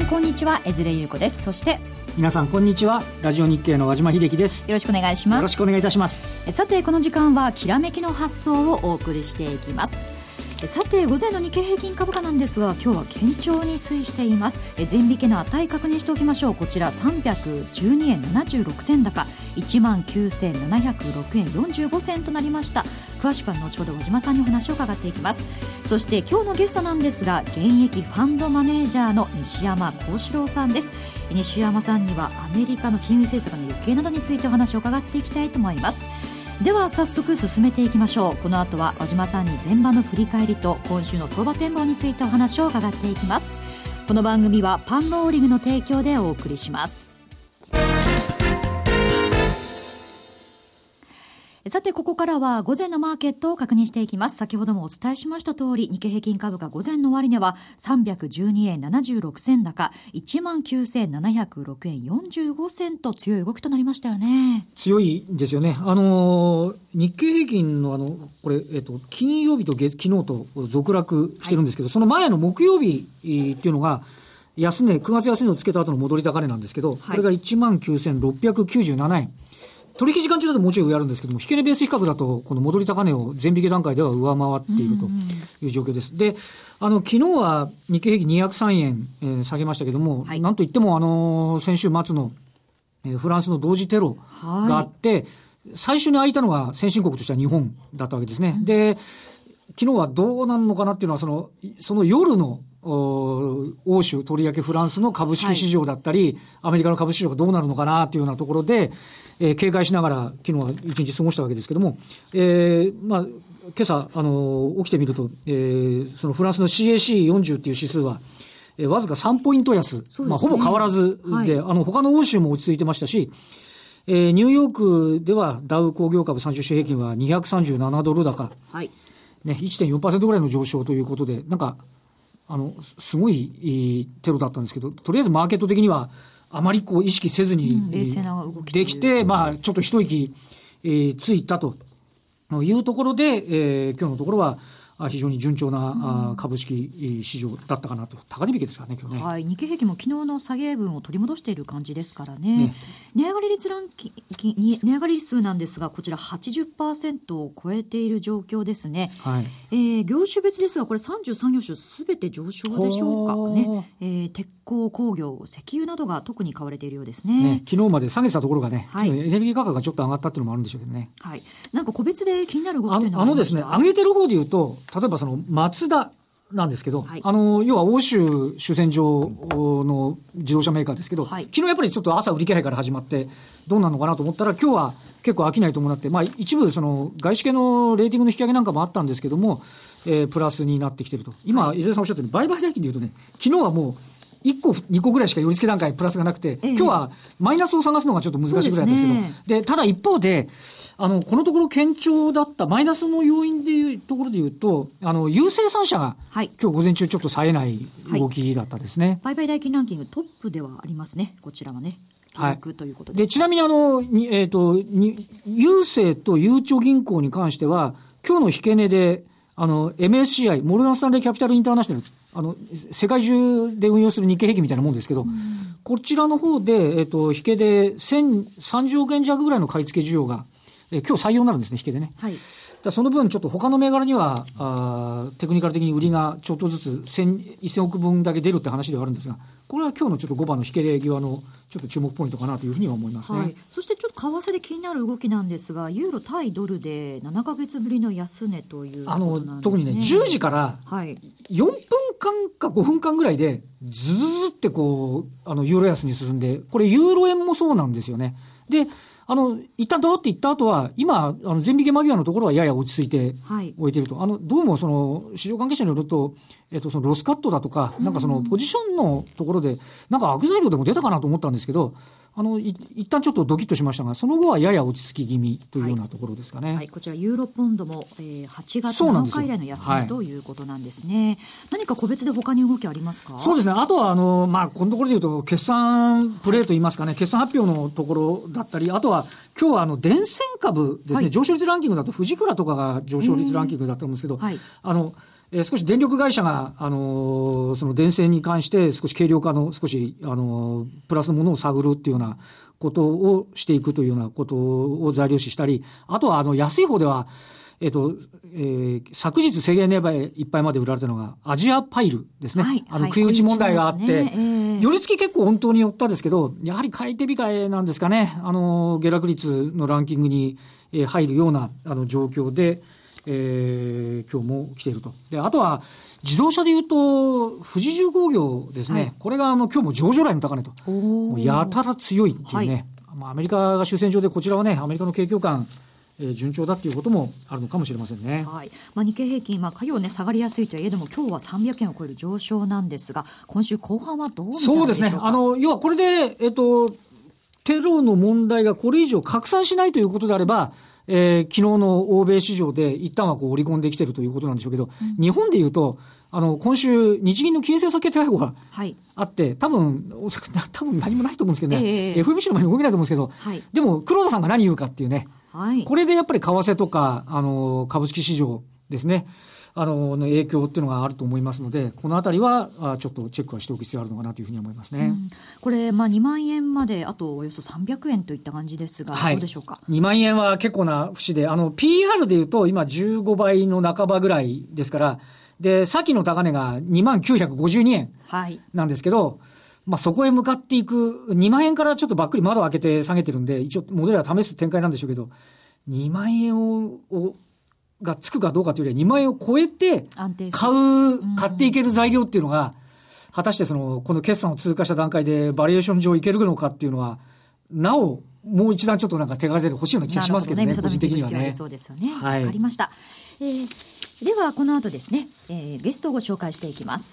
こんにちは、江連優子です。そして皆さんこんにちは、ラジオ日経の和島秀樹です。 よろしくお願いします。 よろしくお願いいたします。 さてこの時間はきらめきの発想をお送りしていきます。さて午前の日経平均株価なんですが、今日は堅調に推移しています。前引けの値確認しておきましょう。こちら312円76銭高 19,706 円45銭となりました。詳しくは後ほど和島さんにお話を伺っていきます。そして今日のゲストなんですが、現役ファンドマネージャーの西山幸四郎さんです。西山さんにはアメリカの金融政策の行方などについてお話を伺っていきたいと思います。では早速進めていきましょう。この後は和島さんに前場の振り返りと今週の相場展望についてお話を伺っていきます。この番組はパンローリングの提供でお送りします。さてここからは午前のマーケットを確認していきます。先ほどもお伝えしました通り、日経平均株価午前の終値は312円76銭高 19,706 円45銭と強い動きとなりましたよね。 強いですよね。日経平均のこれ、金曜日と昨日と続落してるんですけど、その前の木曜日っていうのが安値、9月安値をつけた後の戻り高値なんですけど、これが 19,697 円。取引時間中だともうちょい上あるんですけども、引け値ベース比較だとこの戻り高値を前引け段階では上回っているという状況です。で、昨日は日経平均203円、下げましたけども、なんといっても先週末の、フランスの同時テロがあって、最初に開いたのが先進国としては日本だったわけですね。で、昨日はどうなるのかなっていうのはその夜の欧州、とりわけフランスの株式市場だったり、アメリカの株式市場がどうなるのかなというようなところで、警戒しながら昨日は一日過ごしたわけですけども、今朝起きてみると、そのフランスの CAC40 っていう指数は、わずか3ポイント安、ほぼ変わらずで、他の欧州も落ち着いてましたし、ニューヨークではダウ工業株30種平均は237ドル高、1.4% ぐらいの上昇ということで、なんかすごいテロだったんですけど、とりあえずマーケット的にはあまり意識せずに冷静な動きできて、ちょっと一息ついたというところで、今日のところは非常に順調な株式市場だったかなと。高値引けですからね、今日ね。 はい、日経平均も昨日の下げ分を取り戻している感じですからね。値上がり率値上がり数なんですが、こちら 80% を超えている状況ですね。業種別ですが、これ33業種すべて上昇でしょうかね。鉄鋼、工業、石油などが特に買われているようですね。 昨日まで下げてたところがね、エネルギー価格がちょっと上がったっていうのもあるんでしょうけどね。 なんか個別で気になる動きというのはありました？ ですね、上げてる方で言うと、例えばマツダなんですけど、要は欧州主戦場の自動車メーカーですけど、昨日やっぱりちょっと朝売り気配から始まってどうなるのかなと思ったら、今日は結構商いと伴って、一部外資系のレーティングの引き上げなんかもあったんですけども、プラスになってきていると。今、伊勢さんおっしゃったように売買代金で言うとね、昨日はもう1個、2個ぐらいしか寄り付け段階プラスがなくて、今日はマイナスを探すのがちょっと難しいぐらいなんですけど、ただ一方で、このところ堅調だったマイナスの要因でいうところで言うと、有生産者が、今日午前中ちょっと冴えない動きだったですね。 売買代金ランキングトップではありますね。こちらはね。ということで。 ちなみに郵政とゆうちょ銀行に関しては、今日の引け値で、MSCI、モルガンスタンレーキャピタルインターナショナル、世界中で運用する日経平均みたいなもんですけど、こちらの方で、引けで1030億円弱ぐらいの買い付け需要が、今日採用になるんですね、引けでね。その分ちょっと他の銘柄にはテクニカル的に売りがちょっとずつ1000億分だけ出るって話ではあるんですが、これは今日のちょっと5番の引けで際のちょっと注目ポイントかなというふうには思いますね。 そしてちょっと為替で気になる動きなんですが、ユーロ対ドルで7ヶ月ぶりの安値ということなんですね。 特にね、10時から4分間か5分間ぐらいでズズズってユーロ安に進んで、これユーロ円もそうなんですよね。で、一旦ドーっていった後は、今、前引け間際のところはやや落ち着いて置いていると。どうも市場関係者によると、そのロスカットだとか、なんかポジションのところで、なんか悪材料でも出たかなと思ったんですけど、一旦ちょっとドキッとしましたが、その後はやや落ち着き気味というようなところですかね。 こちらユーロポンドも、8月7日以来の安値ということなんですね。何か個別で他に動きありますか？ そうですね。あとはこのところで言うと決算プレーといいますかね、決算発表のところだったり、あとは今日は電線株ですね、上昇率ランキングだと富士倉とかが上昇率ランキングだと思うんですけど、 少し電力会社が、その電線に関して少し軽量化の少し、プラスのものを探るっていうようなことをしていくというようなことを材料視したり、あとは安い方では、昨日制限値いっぱいまで売られたのがアジアパイルですね。はい、食い打ち問題があって、寄り付き結構本当に寄ったんですけど、やはり買い手控えなんですかね。下落率のランキングに入るような状況で、今日も来ていると。で、あとは自動車でいうと富士重工業ですね。はい、これが今日も上場来の高値と、やたら強いっていうね。はい、アメリカが主戦場で、こちらはね、アメリカの景況感順調だっていうこともあるのかもしれませんね。 はい。日経平均、火曜ね、下がりやすいとはいえども、今日は300円を超える上昇なんですが、今週後半はどう見たらいいでしょうか。そうですね。要はこれで、テロの問題がこれ以上拡散しないということであれば、昨日の欧米市場で一旦は織り込んできているということなんでしょうけど、日本でいうと、今週、日銀の金融政策決定会合があって、多分何もないと思うんですけどね、FMC の前に動けないと思うんですけど、でも黒田さんが何言うかっていうね、これでやっぱり為替とか、株式市場ですね、影響っていうのがあると思いますので、このあたりはちょっとチェックはしておく必要あるのかなというふうに思いますね。 これ、2万円まであとおよそ300円といった感じですが、どうでしょうか。 2万円は結構な節で、PR でいうと今15倍の半ばぐらいですから、で、先の高値が2952円なんですけど、そこへ向かっていく、2万円からちょっとばっくり窓を開けて下げてるんで、一応モデルは試す展開なんでしょうけど、2万円がつくかどうかというよりは2万円を超えて買っていける材料っていうのが、果たしてこの決算を通過した段階でバリエーション上いけるのかっていうのは、なおもう一段ちょっとなんか手がけて欲しいような気がしますけどね、個人的にはね。 そうですよね。わかりました。ではこの後ですね、ゲストをご紹介していきます。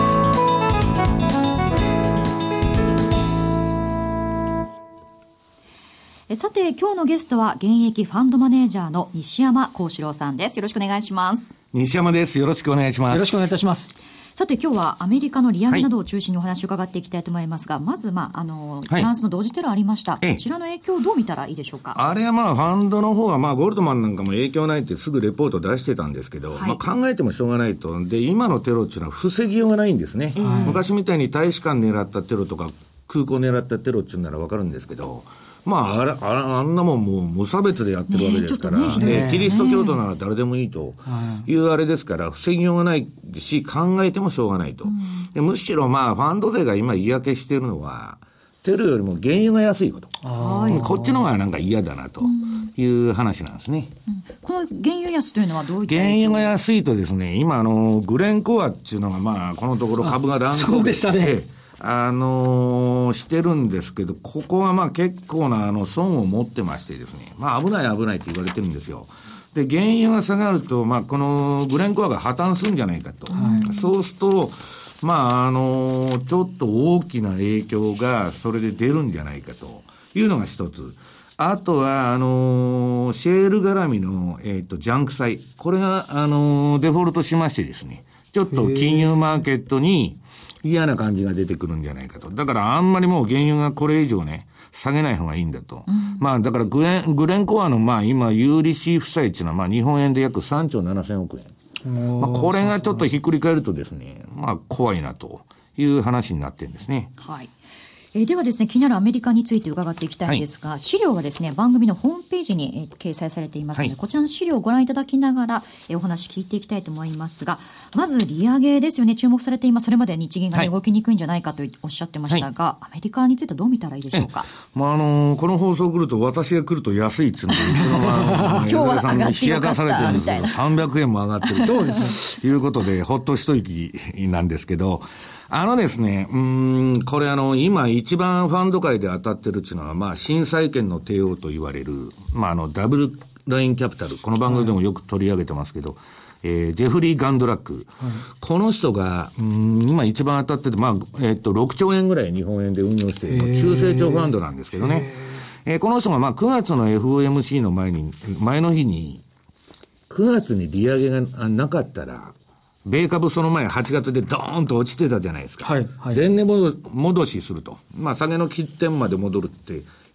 さて今日のゲストは現役ファンドマネージャーの西山幸四郎さんです。よろしくお願いします。 西山です。よろしくお願いします。 よろしくお願いいたします。 さて今日はアメリカの利上げなどを中心にお話を伺っていきたいと思いますが、まずフランスの同時テロありました。こちらの影響をどう見たらいいでしょうか。 あれはファンドの方はゴールドマンなんかも影響ないってすぐレポート出してたんですけど、考えてもしょうがないと。で、今のテロっていうのは防ぎようがないんですね。昔みたいに大使館狙ったテロとか空港狙ったテロっていうならわかるんですけど、あんなもんもう無差別でやってるわけですから、キリスト教徒なら誰でもいいというあれですから、防ぎようがないし、考えてもしょうがないと。でむしろファンド税が今嫌気しているのは、テロよりも原油が安いこと。こっちの方がなんか嫌だなという話なんですね。 この原油安というのはどういった原油が安いとですね、今グレンコアっていうのがこのところ株が乱高そうでしたね。 してるんですけど、ここは結構な損を持ってましてですね、危ないって言われてるんですよ。で、原油が下がると、このグレンコアが破綻するんじゃないかと。そうすると、ちょっと大きな影響がそれで出るんじゃないかというのが一つ。あとは、シェール絡みの、ジャンク債。これが、デフォルトしましてですね、ちょっと金融マーケットに嫌な感じが出てくるんじゃないかと。だからあんまりもう原油がこれ以上ね、下げない方がいいんだと。だからグレンコアの今、有利子負債っていうのは日本円で約3兆7000億円。これがちょっとひっくり返るとですね、怖いなという話になってるんですね。 はい。ではですね、気になるアメリカについて伺っていきたいんですが、資料はですね、番組のホームページに、掲載されていますので、こちらの資料をご覧いただきながら、お話聞いていきたいと思いますが、まず利上げですよね、注目されています。それまで日銀が、動きにくいんじゃないかとおっしゃってましたが、アメリカについてどう見たらいいでしょうか。 この放送来ると、私が来ると安いっつうんで、 今日は上がってよかったみたいな。 冷やかされてるんですけど、300円も上がってる。そうですね。いうことで、ほっと一息なんですけど、ですね、これ今一番ファンド界で当たってるっていうのは、新債権の帝王と言われる、ダブルラインキャピタル、この番組でもよく取り上げてますけど、ジェフリー・ガンドラック。この人が、今一番当たってて、6兆円ぐらい日本円で運用している、急成長ファンドなんですけどね。この人が9月の FOMC の前の日に、9月に利上げがなかったら、米株その前8月でドーンと落ちてたじゃないですか。前年戻しすると。下げの起点まで戻るって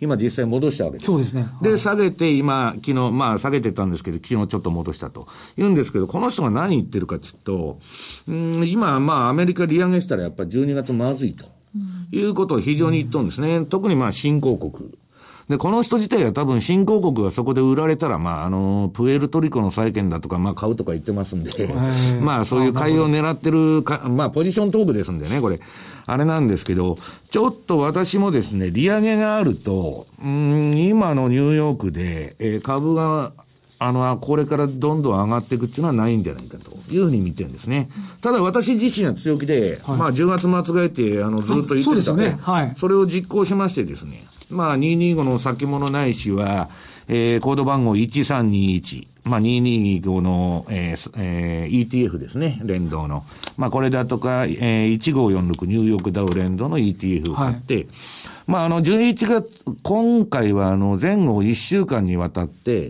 今実際戻したわけです。 そうですね。 で、下げて今、昨日、まあ下げてたんですけど、昨日ちょっと戻したと言うんですけど、この人が何言ってるかというと、今、まあアメリカ利上げしたらやっぱり12月まずいと、いうことを非常に言っとるんですね。特にまあ新興国。で、この人自体は多分新興国がそこで売られたら、まあ、プエルトリコの債券だとか、まあ、買うとか言ってますんで、まあ、そういう買いを狙ってるか、まあ、ポジショントークですんでね、これ。あれなんですけど、ちょっと私もですね、利上げがあると、今のニューヨークで、株が、これからどんどん上がっていくっていうのはないんじゃないかというふうに見てるんですね。ただ私自身は強気で、まあ、10月末がえて、ずっと言ってたので、それを実行しましてですね、まあ、225の先物ないしは、コード番号1321。まあ、225の、ETF ですね。連動の。まあ、これだとか、1546ニューヨークダウ連動の ETF を買って、まあ、11月、今回は前後1週間にわたって、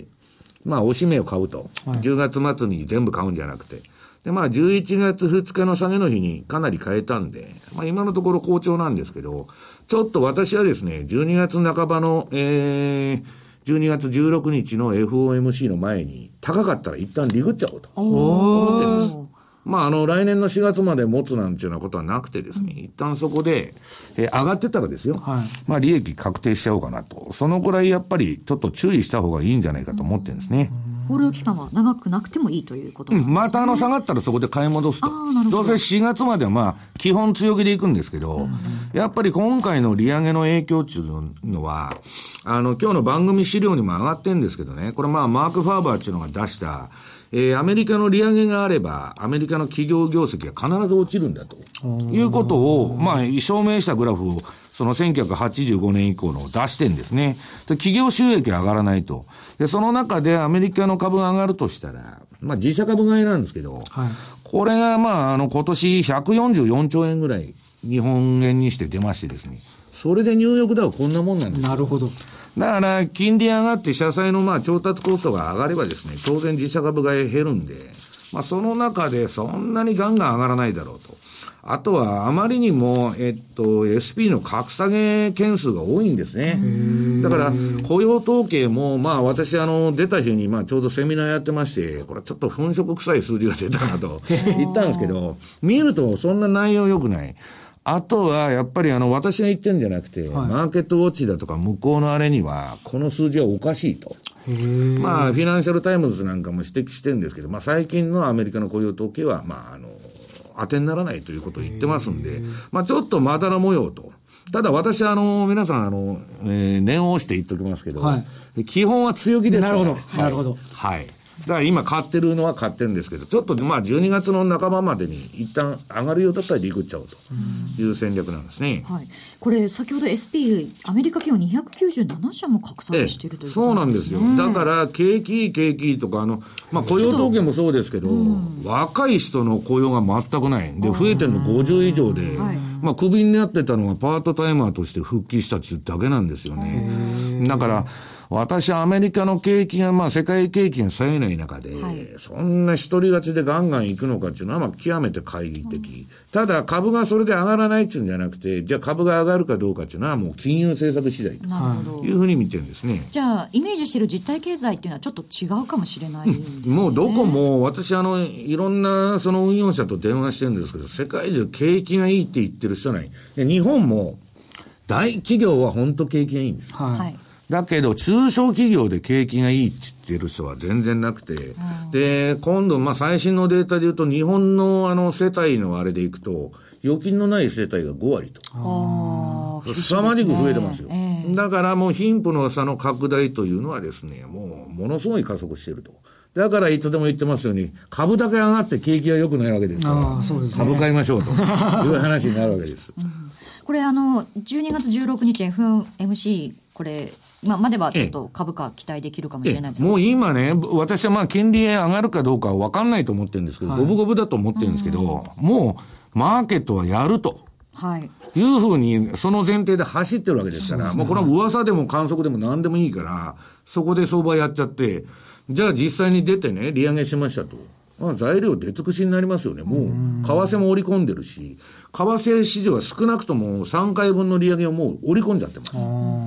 まあ、おしめを買うと。10月末に全部買うんじゃなくて。で、まあ、11月2日の下げの日にかなり買えたんで、まあ、今のところ好調なんですけど、ちょっと私はですね、12月半ばの、12月16日の FOMC の前に、高かったら一旦リグっちゃおうと思ってるんです。まあ、来年の4月まで持つなんていうようなことはなくてですね、一旦そこで、上がってたらですよ、まあ、利益確定しちゃおうかなと。そのくらいやっぱりちょっと注意した方がいいんじゃないかと思ってるんですね。 ホールド期間は長くなくてもいいということなんですね。 また下がったらそこで買い戻すと。どうせ4月まではまあ、基本強気でいくんですけど、やっぱり今回の利上げの影響っていうのは、今日の番組資料にも上がってるんですけどね、これまあ、マーク・ファーバーっていうのが出した、アメリカの利上げがあれば、アメリカの企業業績が必ず落ちるんだということを、まあ、証明したグラフを、その1985年以降の出してんですね。で、企業収益上がらないと。で、その中でアメリカの株が上がるとしたら、まあ、自社株買いなんですけど、これがまあ、今年144兆円ぐらい、日本円にして出ましてですね。それでニューヨークダウこんなもんなんですよ。 なるほど。 だから、金利上がって社債のまあ調達コストが上がればですね、当然自社株買い減るんで、まあその中でそんなにガンガン上がらないだろうと。あとは、あまりにも、SP の格下げ件数が多いんですね。だから、雇用統計も、まあ私出た日にまあちょうどセミナーやってまして、これちょっと粉飾臭い数字が出たなと言ったんですけど、見るとそんな内容良くない。あとは、やっぱり私が言ってるんじゃなくて、マーケットウォッチだとか向こうのあれには、この数字はおかしいと。まあ、フィナンシャルタイムズなんかも指摘してるんですけど、まあ最近のアメリカの雇用統計は、まあ当てにならないということを言ってますんで、まあちょっとまだら模様と。ただ私は皆さん念を押して言っときますけど、基本は強気ですから。 なるほど。なるほど。 はい。だから今買ってるのは買ってるんですけど、ちょっとまあ12月の半ばまでに一旦上がるようだったらリグっちゃおうという戦略なんですね。 はい。これ先ほど SP アメリカ企業297社も格下げしているということなんですね。 そうなんですよ。だから景気とかまあ雇用統計もそうですけど、若い人の雇用が全くない。で、増えてるの50以上で、まあクビになってたのがパートタイマーとして復帰したっていうだけなんですよね。だから、私はアメリカの景気が、まあ世界景気が冴えない中で、そんな一人勝ちでガンガン行くのかっていうのは、まあ極めて懐疑的。ただ株がそれで上がらないっていうんじゃなくて、じゃあ株が上がるかどうかっていうのはもう金融政策次第というふうに見てるんですね。 じゃあイメージしている実体経済っていうのはちょっと違うかもしれないですね。 もうどこも、私いろんなその運用者と電話してるんですけど、世界中景気がいいって言ってる人ない。で、日本も大企業は本当景気がいいんです。だけど、中小企業で景気がいいって言ってる人は全然なくて、で、今度、まあ、最新のデータで言うと、日本の世帯のあれでいくと、預金のない世帯が5割と。凄まじく増えてますよ。だからもう貧富の差の拡大というのはですね、もうものすごい加速していると。だからいつでも言ってますように、株だけ上がって景気が良くないわけですから、株買いましょうという話になるわけです。 これ12月16日 FOMC、これ、まではちょっと株価期待できるかもしれないですもう今ね、私はまあ金利上がるかどうかは分かんないと思ってるんですけど、五分五分だと思ってるんですけど、もうマーケットはやると。いうふうに、その前提で走ってるわけですから、もうこれは噂でも観測でも何でもいいから、そこで相場やっちゃって、じゃあ実際に出てね、利上げしましたと。まあ材料出尽くしになりますよね。もう、為替も織り込んでるし、為替市場は少なくとも3回分の利上げをもう織り込んじゃってます。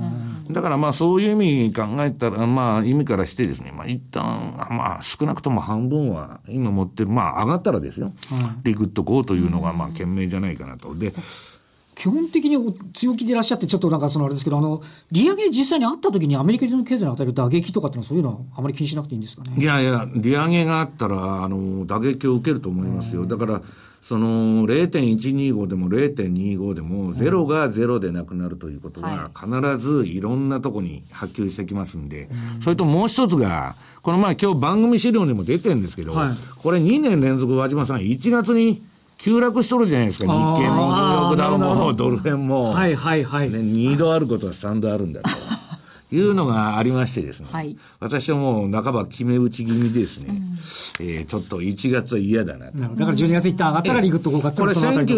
だからまあそういう意味考えたら、まあ意味からしてですね、まあ一旦、まあ少なくとも半分は今持ってる、まあ上がったらですよ、リクっとこうというのがまあ賢明じゃないかなと。で、 基本的に強気でいらっしゃって、ちょっとなんかそのあれですけど、利上げ実際にあったときにアメリカの経済に与える打撃とかっていうのは、そういうのはあまり気にしなくていいんですかね。 いやいや、利上げがあったら、打撃を受けると思いますよ。だから、0.125 でも 0.25 でも、ゼロがゼロでなくなるということは、必ずいろんなとこに波及してきますんで、それともう一つが、この前今日番組資料にも出てるんですけど、これ2年連続和島さん、1月に、急落しとるじゃないですか。日経もニューヨークダウもドル円も、ね、2度あることは3度あるんだというのがありましてですね、私はもう半ば決め打ち気味でですね、ちょっと1月は嫌だなと。 だから12月一旦上がったらリグっとこうかってこれ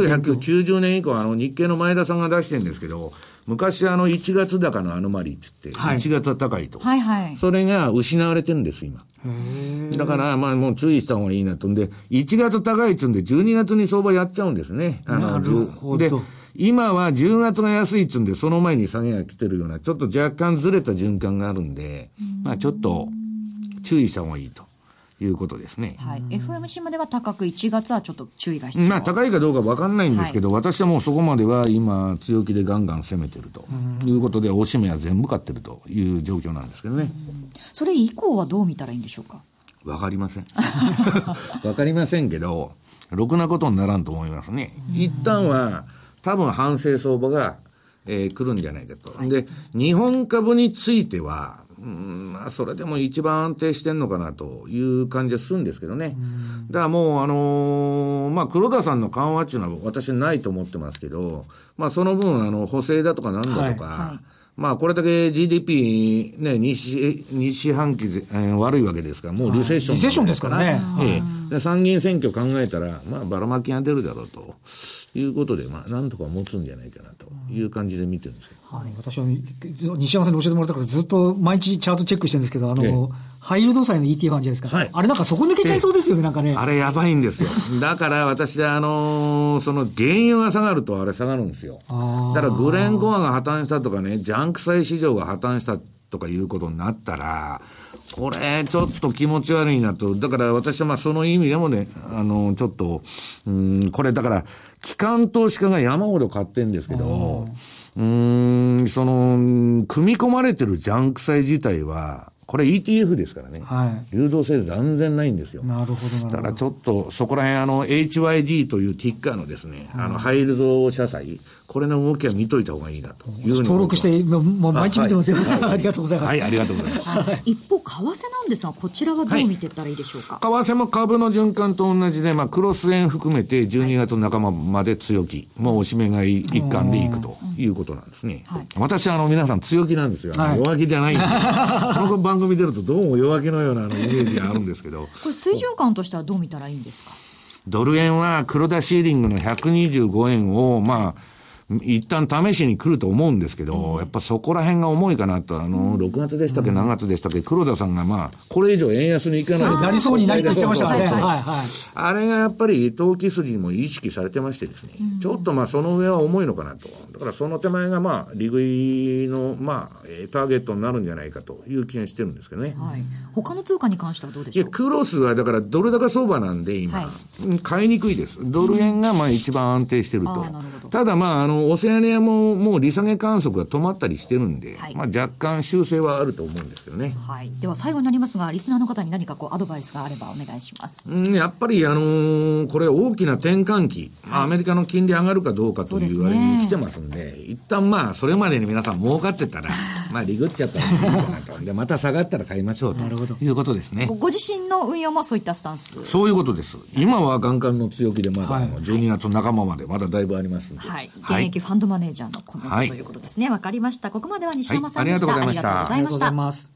1990年以降日経の前田さんが出してるんですけど、昔1月高のアノマリーって言って、1月は高いと、それが失われてるんです今。だからまあもう注意した方がいいなと。んで1月高いっつうんで12月に相場やっちゃうんですね。 なるほど。 で今は10月が安いっつうんでその前に下げが来てるようなちょっと若干ずれた循環があるんで、まあちょっと注意した方がいいということですね。 FOMC までは高く、1月はちょっと注意が必要。 まあ高いかどうか分かんないんですけど、私はもうそこまでは今強気でガンガン攻めてるということで、大しめは全部買ってるという状況なんですけどね。 それ以降はどう見たらいいんでしょうか。 分かりません分かりませんけど、ろくなことにならんと思いますね。一旦は多分反省相場が、来るんじゃないかと、で日本株についてはまあそれでも一番安定してんのかなという感じはするんですけどね。だからもうまあ黒田さんの緩和っていうのは私ないと思ってますけど、まあその分補正だとかなんだとか、まあこれだけ GDP ね、2四半期で、悪いわけですから、もうリセッション、 リセッションですからね。 で参議院選挙考えたら、まあばらまきが出るだろうということで、まあなんとか持つんじゃないかなという感じで見てるんですけど。 私は西山さんに教えてもらったからずっと毎日チャートチェックしてるんですけど、ハイルド債の ETF あるじゃないですか。あれなんかそこ抜けちゃいそうですよね、なんかね。 あれやばいんですよ。だから私その原油が下がるとあれ下がるんですよ。だからグレンコアが破綻したとかね、ジャンク債市場が破綻したとかいうことになったら、これちょっと気持ち悪いなと。だから私はまあその意味でもね、ちょっとこれだから機関投資家が山ほど買ってるんですけど、組み込まれてるジャンク債自体はこれ ETF ですからね、流動性断然ないんですよ。 なるほど。 だからちょっとそこら辺HYD というティッカーのですね、ハイルド社債、これの動きは見といた方がいいなという登録してもう毎日見てますよ。ありがとうございます。 ありがとうございます。 一方為替なんですが、こちらはどう見ていったらいいでしょうか。 為替も株の循環と同じで、まあクロス円含めて12月半ばまで強気、もうおしめ買い一貫でいくということなんですね。私は皆さん強気なんですよ。弱気じゃないんで、この番組出るとどうも弱気のようなイメージがあるんですけど、 これ水準感としてはどう見たらいいんですか。 ドル円は黒田シーリングの125円をまあ一旦試しに来ると思うんですけど、やっぱそこら辺が重いかなと。6月でしたっけ、何月でしたっけ、黒田さんがまあこれ以上円安にいかないなりそうにないと言ってましたね。 あれがやっぱり投機筋も意識されてましてですね、ちょっとまあその上は重いのかなと。だからその手前がまあ利食いのまあターゲットになるんじゃないかという気がしてるんですけどね。 他の通貨に関してはどうでしょう。 いやクロスはだからドル高相場なんで今、買いにくいです。ドル円がまあ一番安定してると。ただまあオセアニアももう利下げ観測が止まったりしてるんで、まあ若干修正はあると思うんですけどね。 では最後になりますが、リスナーの方に何かアドバイスがあればお願いします。 やっぱりこれ大きな転換期、アメリカの金利上がるかどうかというあれに来てますんで、一旦まあそれまでに皆さん儲かってたらまあリグっちゃったらいいかなと。でまた下がったら買いましょうということですね。 ご自身の運用もそういったスタンス。 そういうことです。今はガンガンの強気でまだ12月半ばまでまだだいぶありますんで、 現役ファンドマネージャーのコメントということですね。わかりました。ここまでは西山さんでした。ありがとうございました。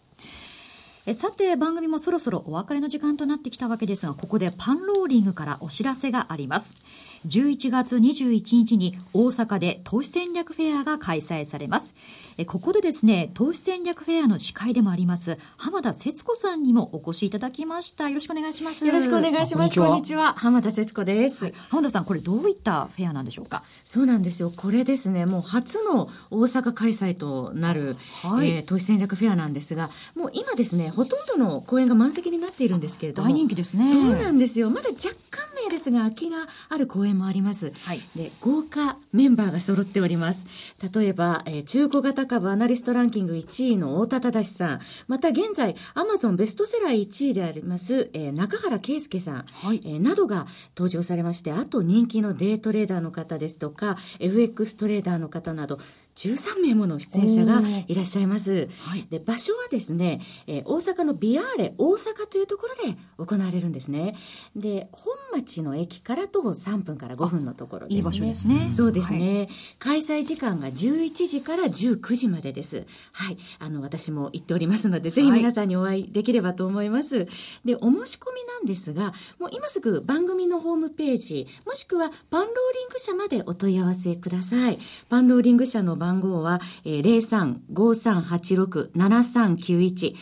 さて番組もそろそろお別れの時間となってきたわけですが、ここでパンローリングからお知らせがあります。 11月21日に大阪で投資戦略フェアが開催されます。ここでですね、投資戦略フェアの司会でもあります浜田節子さんにもお越しいただきました。よろしくお願いします。 よろしくお願いします。こんにちは、浜田節子です、はい、 浜田さん、これどういったフェアなんでしょうか？ そうなんですよ。これですね、もう初の大阪開催となる、投資戦略フェアなんですが、もう今ですね、ほとんどの公演が満席になっているんですけれども、 大人気ですね。 そうなんですよ。まだ若干名ですが空きがある公演もあります、はい、で豪華メンバーが揃っております。例えば、中古型株アナリストランキング1位の太田忠さん、また現在アマゾンベストセラー1位であります、中原圭介さん、はい、などが登場されまして、あと人気のデートレーダーの方ですとか FX トレーダーの方など13名もの出演者がいらっしゃいます、はい、で場所はですね、大阪のビアーレ大阪というところで行われるんですね。で本町の駅から徒歩3分から5分のところですね。 いい場所ですね。 そうですね、はい、開催時間が11時から19時までです。はい、私も行っておりますので、ぜひ皆さんにお会いできればと思います、はい、でお申し込みなんですが、もう今すぐ番組のホームページもしくはパンローリング社までお問い合わせください。パンローリング社の番号は、0353867391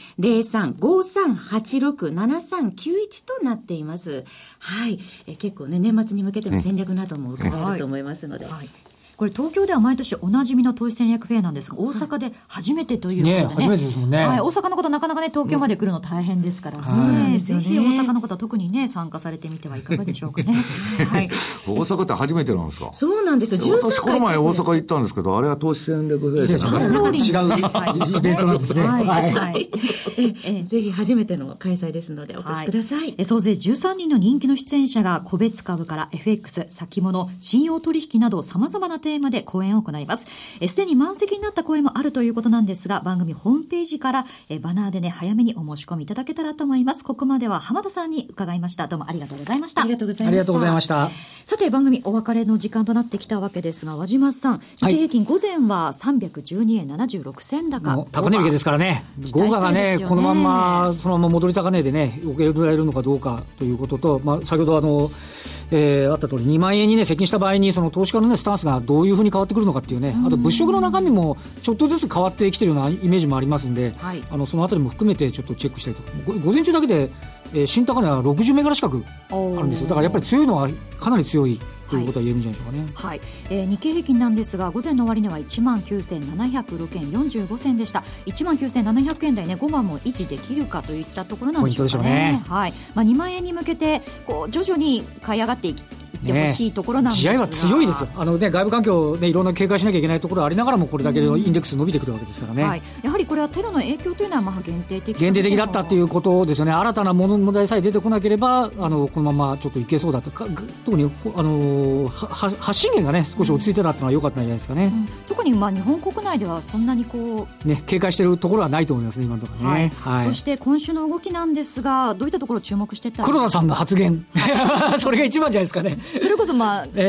0353867391となっています。はい、結構ね、年末に向けての戦略なども伺えると思いますので、はい、 これ東京では毎年おなじみの投資戦略フェアなんですが、大阪で初めてということでね、 初めてですもんね、 はい、大阪の方なかなかね東京まで来るの大変ですから、 そうなんですよね。 ぜひ大阪の方特にね参加されてみてはいかがでしょうかねはい、 大阪って初めてなんですか？ そうなんですよ。 私この前大阪行ったんですけど、あれは投資戦略フェアで違うイベントなんですね。 はいはいはい、 ぜひ初めての開催ですのでお越しください、 はい、総勢13人の人気の出演者が個別株から FX 先物信用取引など様々なテーマで講演を行います。すでに満席になった公演もあるということなんですが、番組ホームページからバナーでね早めにお申し込みいただけたらと思います。ここまでは浜田さんに伺いました。どうもありがとうございました。 ありがとうございました。 ありがとうございました。 さて番組お別れの時間となってきたわけですが、和島さん、日経平均午前は312円76銭高、 もう高値引けですからね、豪華がねこのまんまそのまま戻り高値でね受け入れられるのかどうかということと、先ほどあった通り2万円にね接近した場合にその投資家のねスタンスがどういうふうに変わってくるのかっていうね、あと物色の中身もちょっとずつ変わってきてるようなイメージもありますんで、はい、そのあたりも含めてちょっとチェックしたいと。午前中だけで、新高値は60銘柄近くあるんですよ。だからやっぱり強いのはかなり強いということは言えるんじゃないでしょうかね。 はい、日経平均なんですが午前の終値は 19,706 円45銭でした。 19,700 円台ね5番も維持できるかといったところなんでしょうかね。はい、2万円に向けてこう徐々に買い上がっていってほしいところなんですが、 試合は強いですよ。外部環境、いろんな警戒しなきゃいけないところありながらもこれだけのインデックス伸びてくるわけですからね、はい、 やはりこれはテロの影響というのは限定的だったということですよね。新たな問題さえ出てこなければこのままちょっといけそうだと。特に発信源がね少し落ち着いてたっていうのは良かったんじゃないですかね、 特に日本国内ではそんなに警戒しているところはないと思いますね今のところね、 はいはい。そして今週の動きなんですが、どういったところ注目していったら黒田さんの発言それが一番じゃないですかね。 それこそ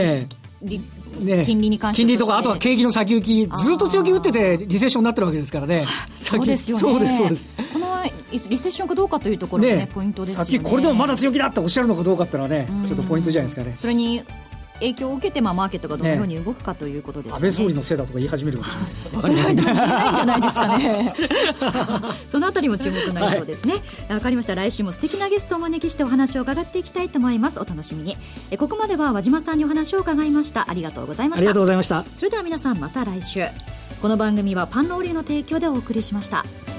金利に関して金利とかあとは景気の先行きずっと強気打っててリセッションになってるわけですからね。 そうですよね。 そうです。 このリセッションかどうかというところがポイントですよね。 先これでもまだ強気だっておっしゃるのかどうかっていうのはねちょっとポイントじゃないですかね。 それに影響を受けてマーケットがどのように動くかということですよね。 安倍総理のせいだとか言い始めるわけです。 それは言えないんじゃないですかねそのあたりも注目になりそうですね。わかりました。来週も素敵なゲストをお招きしてお話を伺っていきたいと思います。お楽しみに。ここまでは和島さんにお話を伺いました。ありがとうございました。 ありがとうございました。 それでは皆さんまた来週。この番組はパンローリーの提供でお送りしました。